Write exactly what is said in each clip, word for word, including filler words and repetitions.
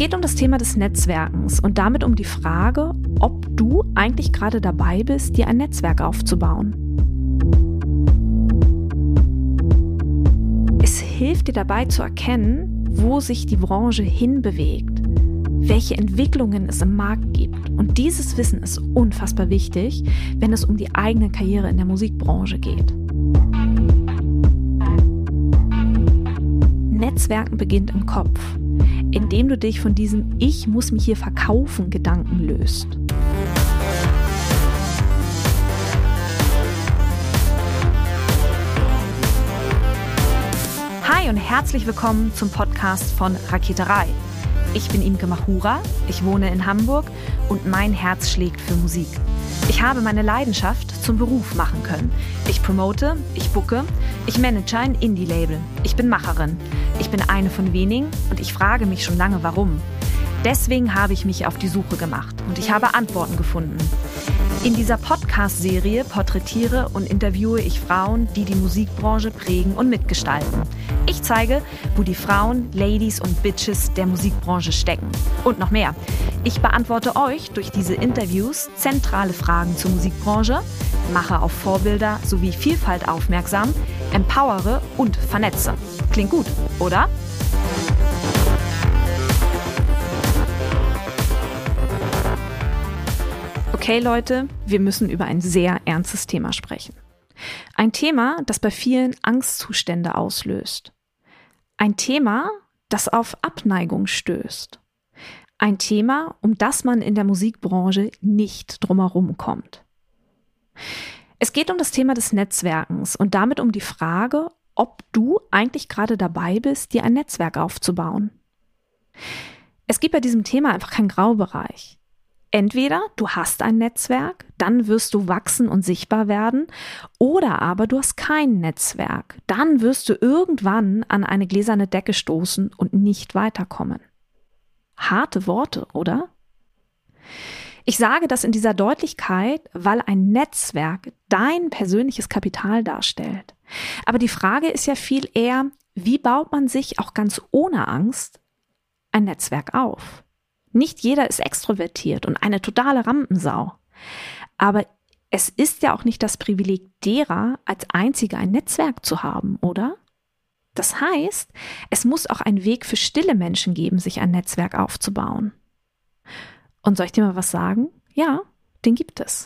geht um das Thema des Netzwerkens und damit um die Frage, ob du eigentlich gerade dabei bist, dir ein Netzwerk aufzubauen. Es hilft dir dabei zu erkennen, wo sich die Branche hinbewegt, welche Entwicklungen es im Markt gibt. Und dieses Wissen ist unfassbar wichtig, wenn es um die eigene Karriere in der Musikbranche geht. Netzwerken beginnt im Kopf, indem du dich von diesem Ich muss mich hier verkaufen Gedanken löst. Hi und herzlich willkommen zum Podcast von Raketerei. Ich bin Imke Machura, ich wohne in Hamburg und mein Herz schlägt für Musik. Ich habe meine Leidenschaft zum Beruf machen können. Ich promote, ich booke, ich manage ein Indie-Label. Ich bin Macherin. Ich bin eine von wenigen und ich frage mich schon lange, warum. Deswegen habe ich mich auf die Suche gemacht und ich habe Antworten gefunden. In dieser Podcast-Serie porträtiere und interviewe ich Frauen, die die Musikbranche prägen und mitgestalten. Ich zeige, wo die Frauen, Ladies und Bitches der Musikbranche stecken. Und noch mehr. Ich beantworte euch durch diese Interviews zentrale Fragen zur Musikbranche, mache auf Vorbilder sowie Vielfalt aufmerksam, empowere und vernetze. Klingt gut, oder? Okay, Leute, wir müssen über ein sehr ernstes Thema sprechen. Ein Thema, das bei vielen Angstzustände auslöst. Ein Thema, das auf Abneigung stößt. Ein Thema, um das man in der Musikbranche nicht drumherum kommt. Es geht um das Thema des Netzwerkens und damit um die Frage, ob du eigentlich gerade dabei bist, dir ein Netzwerk aufzubauen. Es gibt bei diesem Thema einfach keinen Graubereich. Entweder du hast ein Netzwerk, dann wirst du wachsen und sichtbar werden, oder aber du hast kein Netzwerk, dann wirst du irgendwann an eine gläserne Decke stoßen und nicht weiterkommen. Harte Worte, oder? Ich sage das in dieser Deutlichkeit, weil ein Netzwerk dein persönliches Kapital darstellt. Aber die Frage ist ja viel eher, wie baut man sich auch ganz ohne Angst ein Netzwerk auf? Nicht jeder ist extrovertiert und eine totale Rampensau. Aber es ist ja auch nicht das Privileg derer, als Einzige ein Netzwerk zu haben, oder? Das heißt, es muss auch einen Weg für stille Menschen geben, sich ein Netzwerk aufzubauen. Und soll ich dir mal was sagen? Ja, den gibt es.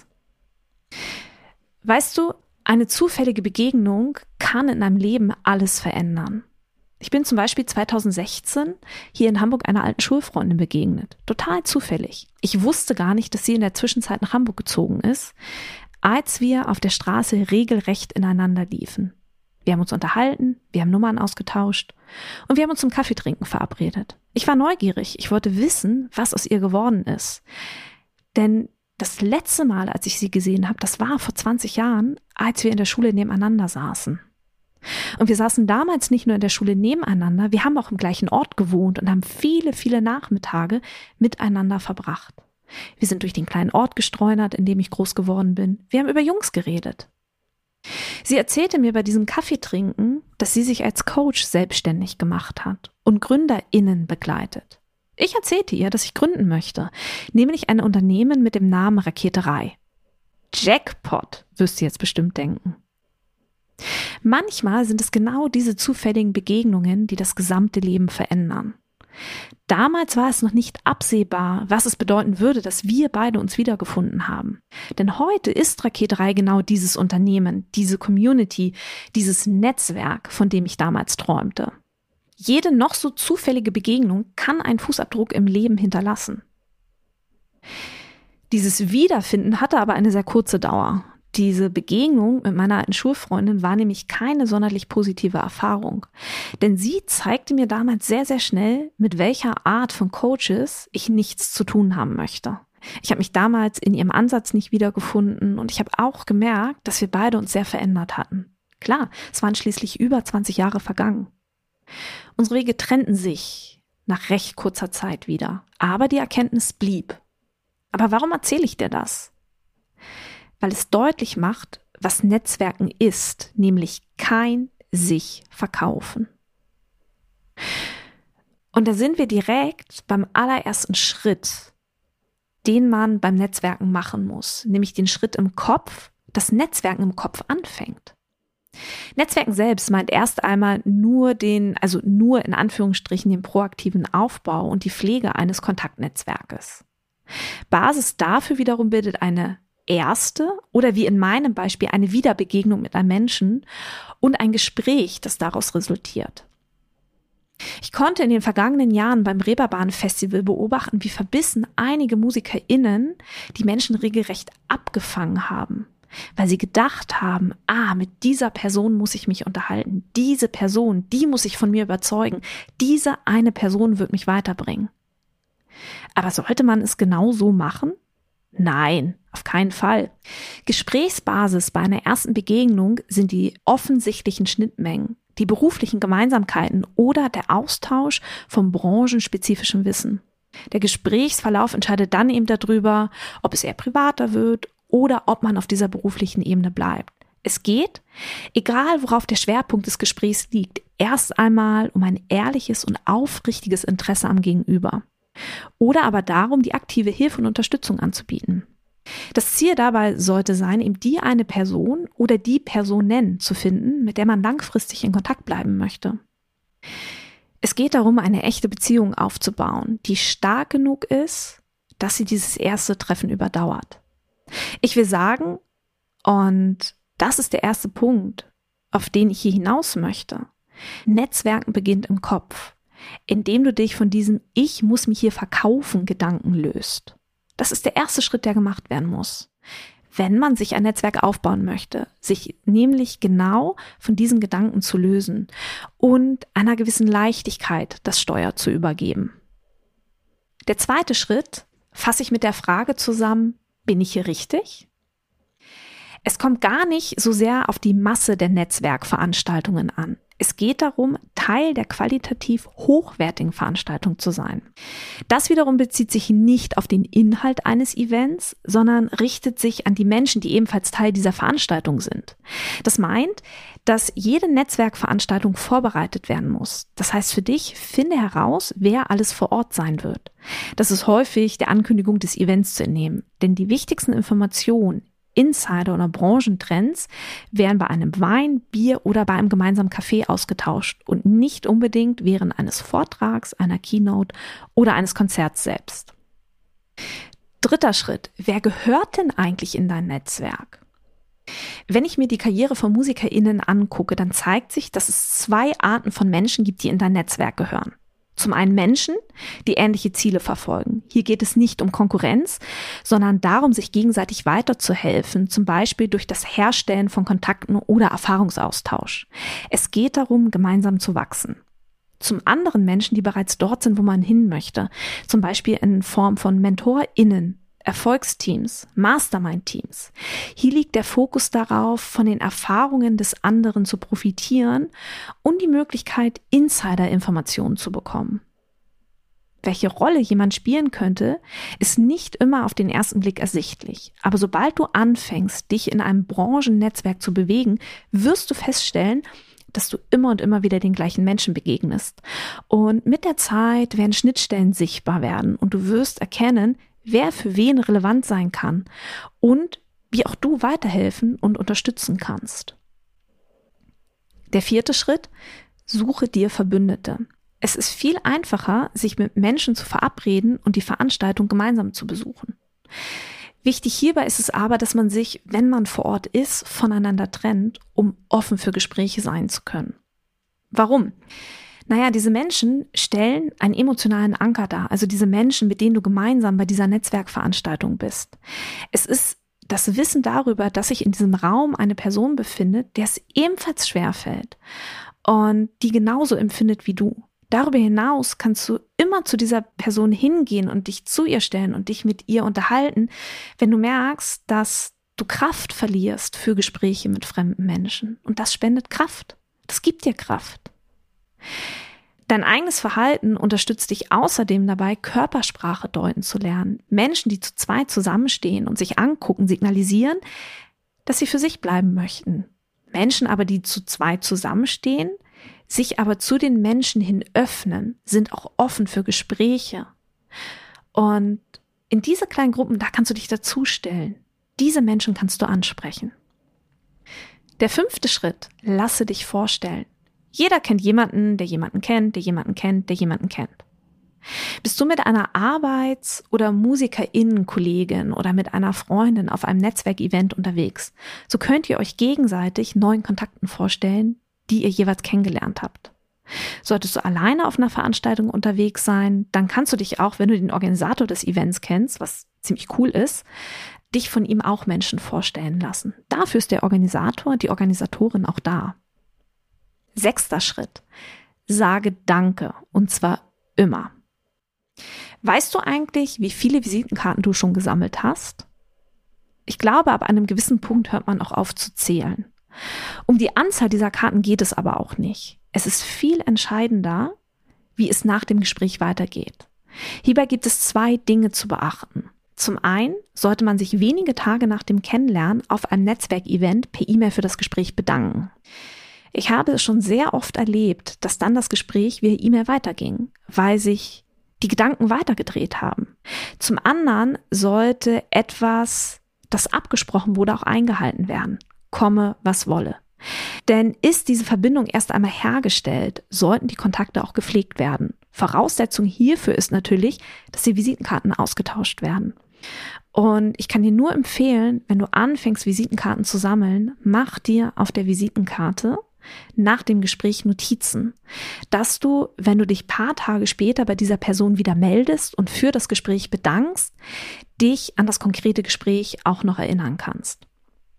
Weißt du, eine zufällige Begegnung kann in einem Leben alles verändern. Ich bin zum Beispiel zweitausendsechzehn hier in Hamburg einer alten Schulfreundin begegnet. Total zufällig. Ich wusste gar nicht, dass sie in der Zwischenzeit nach Hamburg gezogen ist, als wir auf der Straße regelrecht ineinander liefen. Wir haben uns unterhalten, wir haben Nummern ausgetauscht und wir haben uns zum Kaffeetrinken verabredet. Ich war neugierig, ich wollte wissen, was aus ihr geworden ist. Denn das letzte Mal, als ich sie gesehen habe, das war vor zwanzig Jahren, als wir in der Schule nebeneinander saßen. Und wir saßen damals nicht nur in der Schule nebeneinander, wir haben auch im gleichen Ort gewohnt und haben viele, viele Nachmittage miteinander verbracht. Wir sind durch den kleinen Ort gestreunert, in dem ich groß geworden bin. Wir haben über Jungs geredet. Sie erzählte mir bei diesem Kaffeetrinken, dass sie sich als Coach selbstständig gemacht hat und GründerInnen begleitet. Ich erzählte ihr, dass ich gründen möchte, nämlich ein Unternehmen mit dem Namen Raketerei. Jackpot, wirst du jetzt bestimmt denken. Manchmal sind es genau diese zufälligen Begegnungen, die das gesamte Leben verändern. Damals war es noch nicht absehbar, was es bedeuten würde, dass wir beide uns wiedergefunden haben. Denn heute ist Raketerei genau dieses Unternehmen, diese Community, dieses Netzwerk, von dem ich damals träumte. Jede noch so zufällige Begegnung kann einen Fußabdruck im Leben hinterlassen. Dieses Wiederfinden hatte aber eine sehr kurze Dauer. Diese Begegnung mit meiner alten Schulfreundin war nämlich keine sonderlich positive Erfahrung. Denn sie zeigte mir damals sehr, sehr schnell, mit welcher Art von Coaches ich nichts zu tun haben möchte. Ich habe mich damals in ihrem Ansatz nicht wiedergefunden und ich habe auch gemerkt, dass wir beide uns sehr verändert hatten. Klar, es waren schließlich über zwanzig Jahre vergangen. Unsere Wege trennten sich nach recht kurzer Zeit wieder, aber die Erkenntnis blieb. Aber warum erzähle ich dir das? Weil es deutlich macht, was Netzwerken ist, nämlich kein sich verkaufen. Und da sind wir direkt beim allerersten Schritt, den man beim Netzwerken machen muss, nämlich den Schritt im Kopf, das Netzwerken im Kopf anfängt. Netzwerken selbst meint erst einmal nur den, also nur in Anführungsstrichen den proaktiven Aufbau und die Pflege eines Kontaktnetzwerkes. Basis dafür wiederum bildet eine erste oder wie in meinem Beispiel eine Wiederbegegnung mit einem Menschen und ein Gespräch, das daraus resultiert. Ich konnte in den vergangenen Jahren beim Reeperbahn Festival beobachten, wie verbissen einige MusikerInnen die Menschen regelrecht abgefangen haben, weil sie gedacht haben, ah, mit dieser Person muss ich mich unterhalten, diese Person, die muss ich von mir überzeugen, diese eine Person wird mich weiterbringen. Aber sollte man es genau so machen? Nein, auf keinen Fall. Gesprächsbasis bei einer ersten Begegnung sind die offensichtlichen Schnittmengen, die beruflichen Gemeinsamkeiten oder der Austausch von branchenspezifischem Wissen. Der Gesprächsverlauf entscheidet dann eben darüber, ob es eher privater wird oder ob man auf dieser beruflichen Ebene bleibt. Es geht, egal worauf der Schwerpunkt des Gesprächs liegt, erst einmal um ein ehrliches und aufrichtiges Interesse am Gegenüber. Oder aber darum, die aktive Hilfe und Unterstützung anzubieten. Das Ziel dabei sollte sein, eben die eine Person oder die Personen zu finden, mit der man langfristig in Kontakt bleiben möchte. Es geht darum, eine echte Beziehung aufzubauen, die stark genug ist, dass sie dieses erste Treffen überdauert. Ich will sagen, und das ist der erste Punkt, auf den ich hier hinaus möchte, Netzwerken beginnt im Kopf, indem du dich von diesem Ich muss mich hier verkaufen Gedanken löst. Das ist der erste Schritt, der gemacht werden muss, wenn man sich ein Netzwerk aufbauen möchte, sich nämlich genau von diesen Gedanken zu lösen und einer gewissen Leichtigkeit das Steuer zu übergeben. Der zweite Schritt fasse ich mit der Frage zusammen, bin ich hier richtig? Es kommt gar nicht so sehr auf die Masse der Netzwerkveranstaltungen an. Es geht darum, Teil der qualitativ hochwertigen Veranstaltung zu sein. Das wiederum bezieht sich nicht auf den Inhalt eines Events, sondern richtet sich an die Menschen, die ebenfalls Teil dieser Veranstaltung sind. Das meint, dass jede Netzwerkveranstaltung vorbereitet werden muss. Das heißt für dich, finde heraus, wer alles vor Ort sein wird. Das ist häufig der Ankündigung des Events zu entnehmen, denn die wichtigsten Informationen, Insider- oder Branchentrends werden bei einem Wein, Bier oder bei einem gemeinsamen Kaffee ausgetauscht und nicht unbedingt während eines Vortrags, einer Keynote oder eines Konzerts selbst. Dritter Schritt. Wer gehört denn eigentlich in dein Netzwerk? Wenn ich mir die Karriere von MusikerInnen angucke, dann zeigt sich, dass es zwei Arten von Menschen gibt, die in dein Netzwerk gehören. Zum einen Menschen, die ähnliche Ziele verfolgen. Hier geht es nicht um Konkurrenz, sondern darum, sich gegenseitig weiterzuhelfen, zum Beispiel durch das Herstellen von Kontakten oder Erfahrungsaustausch. Es geht darum, gemeinsam zu wachsen. Zum anderen Menschen, die bereits dort sind, wo man hin möchte, zum Beispiel in Form von MentorInnen, Erfolgsteams, Mastermind-Teams. Hier liegt der Fokus darauf, von den Erfahrungen des anderen zu profitieren und die Möglichkeit, Insider-Informationen zu bekommen. Welche Rolle jemand spielen könnte, ist nicht immer auf den ersten Blick ersichtlich. Aber sobald du anfängst, dich in einem Branchennetzwerk zu bewegen, wirst du feststellen, dass du immer und immer wieder den gleichen Menschen begegnest. Und mit der Zeit werden Schnittstellen sichtbar werden und du wirst erkennen, wer für wen relevant sein kann und wie auch du weiterhelfen und unterstützen kannst. Der vierte Schritt, suche dir Verbündete. Es ist viel einfacher, sich mit Menschen zu verabreden und die Veranstaltung gemeinsam zu besuchen. Wichtig hierbei ist es aber, dass man sich, wenn man vor Ort ist, voneinander trennt, um offen für Gespräche sein zu können. Warum? Naja, diese Menschen stellen einen emotionalen Anker dar, also diese Menschen, mit denen du gemeinsam bei dieser Netzwerkveranstaltung bist. Es ist das Wissen darüber, dass sich in diesem Raum eine Person befindet, der es ebenfalls schwerfällt und die genauso empfindet wie du. Darüber hinaus kannst du immer zu dieser Person hingehen und dich zu ihr stellen und dich mit ihr unterhalten, wenn du merkst, dass du Kraft verlierst für Gespräche mit fremden Menschen. Und das spendet Kraft. Das gibt dir Kraft. Dein eigenes Verhalten unterstützt dich außerdem dabei, Körpersprache deuten zu lernen. Menschen, die zu zweit zusammenstehen und sich angucken, signalisieren, dass sie für sich bleiben möchten. Menschen aber, die zu zweit zusammenstehen, sich aber zu den Menschen hin öffnen, sind auch offen für Gespräche. Und in diese kleinen Gruppen, da kannst du dich dazustellen. Diese Menschen kannst du ansprechen. Der fünfte Schritt, lasse dich vorstellen. Jeder kennt jemanden, der jemanden kennt, der jemanden kennt, der jemanden kennt. Bist du mit einer Arbeits- oder MusikerInnen-Kollegin oder mit einer Freundin auf einem Netzwerkevent unterwegs, so könnt ihr euch gegenseitig neuen Kontakten vorstellen, die ihr jeweils kennengelernt habt. Solltest du alleine auf einer Veranstaltung unterwegs sein, dann kannst du dich auch, wenn du den Organisator des Events kennst, was ziemlich cool ist, dich von ihm auch Menschen vorstellen lassen. Dafür ist der Organisator, die Organisatorin auch da. Sechster Schritt. Sage Danke, und zwar immer. Weißt du eigentlich, wie viele Visitenkarten du schon gesammelt hast? Ich glaube, ab einem gewissen Punkt hört man auch auf zu zählen. Um die Anzahl dieser Karten geht es aber auch nicht. Es ist viel entscheidender, wie es nach dem Gespräch weitergeht. Hierbei gibt es zwei Dinge zu beachten. Zum einen sollte man sich wenige Tage nach dem Kennenlernen auf einem Netzwerkevent per E-Mail für das Gespräch bedanken. Ich habe es schon sehr oft erlebt, dass dann das Gespräch via E-Mail weiterging, weil sich die Gedanken weitergedreht haben. Zum anderen sollte etwas, das abgesprochen wurde, auch eingehalten werden. Komme, was wolle. Denn ist diese Verbindung erst einmal hergestellt, sollten die Kontakte auch gepflegt werden. Voraussetzung hierfür ist natürlich, dass die Visitenkarten ausgetauscht werden. Und ich kann dir nur empfehlen, wenn du anfängst, Visitenkarten zu sammeln, mach dir auf der Visitenkarte nach dem Gespräch Notizen, dass du, wenn du dich paar Tage später bei dieser Person wieder meldest und für das Gespräch bedankst, dich an das konkrete Gespräch auch noch erinnern kannst.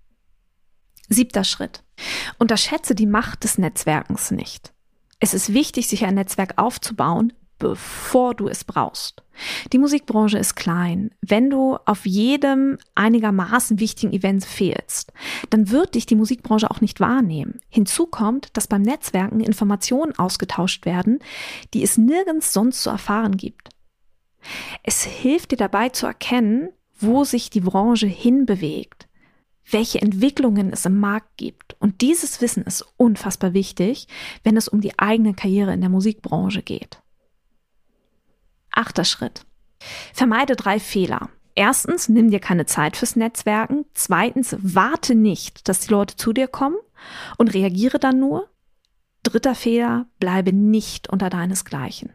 Siebter Schritt. Unterschätze die Macht des Netzwerkens nicht. Es ist wichtig, sich ein Netzwerk aufzubauen, bevor du es brauchst. Die Musikbranche ist klein. Wenn du auf jedem einigermaßen wichtigen Event fehlst, dann wird dich die Musikbranche auch nicht wahrnehmen. Hinzu kommt, dass beim Netzwerken Informationen ausgetauscht werden, die es nirgends sonst zu erfahren gibt. Es hilft dir dabei zu erkennen, wo sich die Branche hinbewegt, welche Entwicklungen es im Markt gibt. Und dieses Wissen ist unfassbar wichtig, wenn es um die eigene Karriere in der Musikbranche geht. Achter Schritt. Vermeide drei Fehler. Erstens, nimm dir keine Zeit fürs Netzwerken. Zweitens, warte nicht, dass die Leute zu dir kommen und reagiere dann nur. Dritter Fehler, bleibe nicht unter deinesgleichen.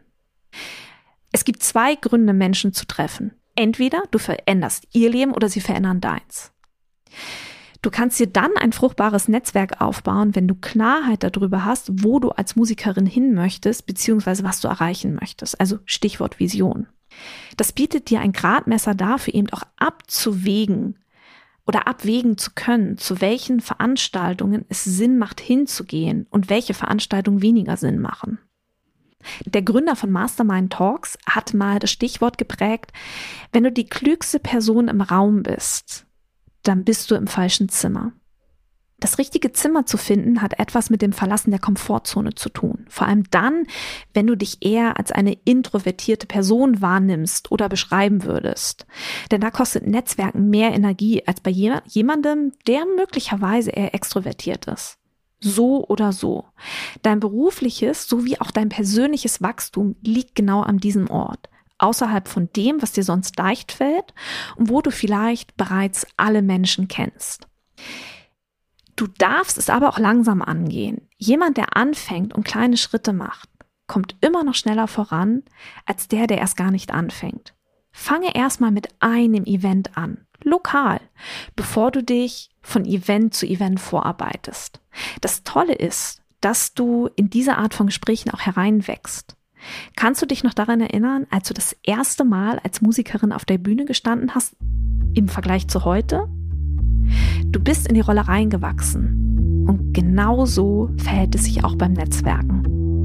Es gibt zwei Gründe, Menschen zu treffen. Entweder du veränderst ihr Leben oder sie verändern deins. Du kannst dir dann ein fruchtbares Netzwerk aufbauen, wenn du Klarheit darüber hast, wo du als Musikerin hin möchtest, beziehungsweise was du erreichen möchtest. Also Stichwort Vision. Das bietet dir ein Gradmesser dafür, eben auch abzuwägen oder abwägen zu können, zu welchen Veranstaltungen es Sinn macht, hinzugehen und welche Veranstaltungen weniger Sinn machen. Der Gründer von Mastermind Talks hat mal das Stichwort geprägt: Wenn du die klügste Person im Raum bist, dann bist du im falschen Zimmer. Das richtige Zimmer zu finden, hat etwas mit dem Verlassen der Komfortzone zu tun. Vor allem dann, wenn du dich eher als eine introvertierte Person wahrnimmst oder beschreiben würdest. Denn da kostet Netzwerken mehr Energie als bei jemandem, der möglicherweise eher extrovertiert ist. So oder so. Dein berufliches sowie auch dein persönliches Wachstum liegt genau an diesem Ort. Außerhalb von dem, was dir sonst leicht fällt und wo du vielleicht bereits alle Menschen kennst. Du darfst es aber auch langsam angehen. Jemand, der anfängt und kleine Schritte macht, kommt immer noch schneller voran, als der, der erst gar nicht anfängt. Fange erstmal mit einem Event an, lokal, bevor du dich von Event zu Event vorarbeitest. Das Tolle ist, dass du in diese Art von Gesprächen auch hereinwächst. Kannst du dich noch daran erinnern, als du das erste Mal als Musikerin auf der Bühne gestanden hast, im Vergleich zu heute? Du bist in die Rolle reingewachsen. Und genau so verhält es sich auch beim Netzwerken.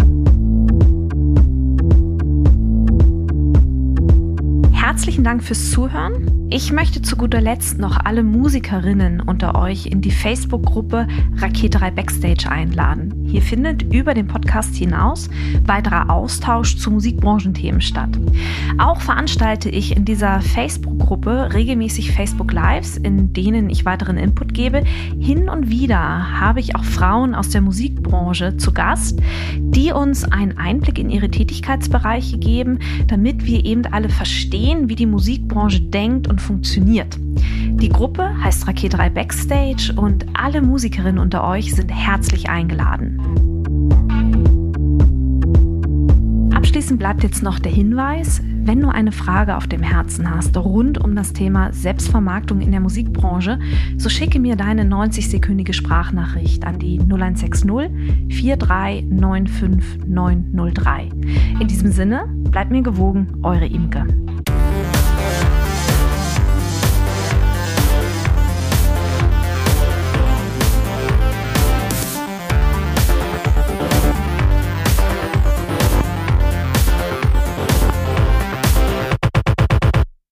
Herzlichen Dank fürs Zuhören. Ich möchte zu guter Letzt noch alle Musikerinnen unter euch in die Facebook-Gruppe Raketerei Backstage einladen. Hier findet über den Podcast hinaus weiterer Austausch zu Musikbranchenthemen statt. Auch veranstalte ich in dieser Facebook-Gruppe regelmäßig Facebook-Lives, in denen ich weiteren Input gebe. Hin und wieder habe ich auch Frauen aus der Musikbranche zu Gast, die uns einen Einblick in ihre Tätigkeitsbereiche geben, damit wir eben alle verstehen, wie die Musikbranche denkt und funktioniert. Die Gruppe heißt Raket drei Backstage und alle Musikerinnen unter euch sind herzlich eingeladen. Abschließend bleibt jetzt noch der Hinweis, wenn du eine Frage auf dem Herzen hast rund um das Thema Selbstvermarktung in der Musikbranche, so schicke mir deine neunzig-sekündige Sprachnachricht an die null eins sechs null vier drei neun fünf neun null drei. In diesem Sinne, bleibt mir gewogen, eure Imke.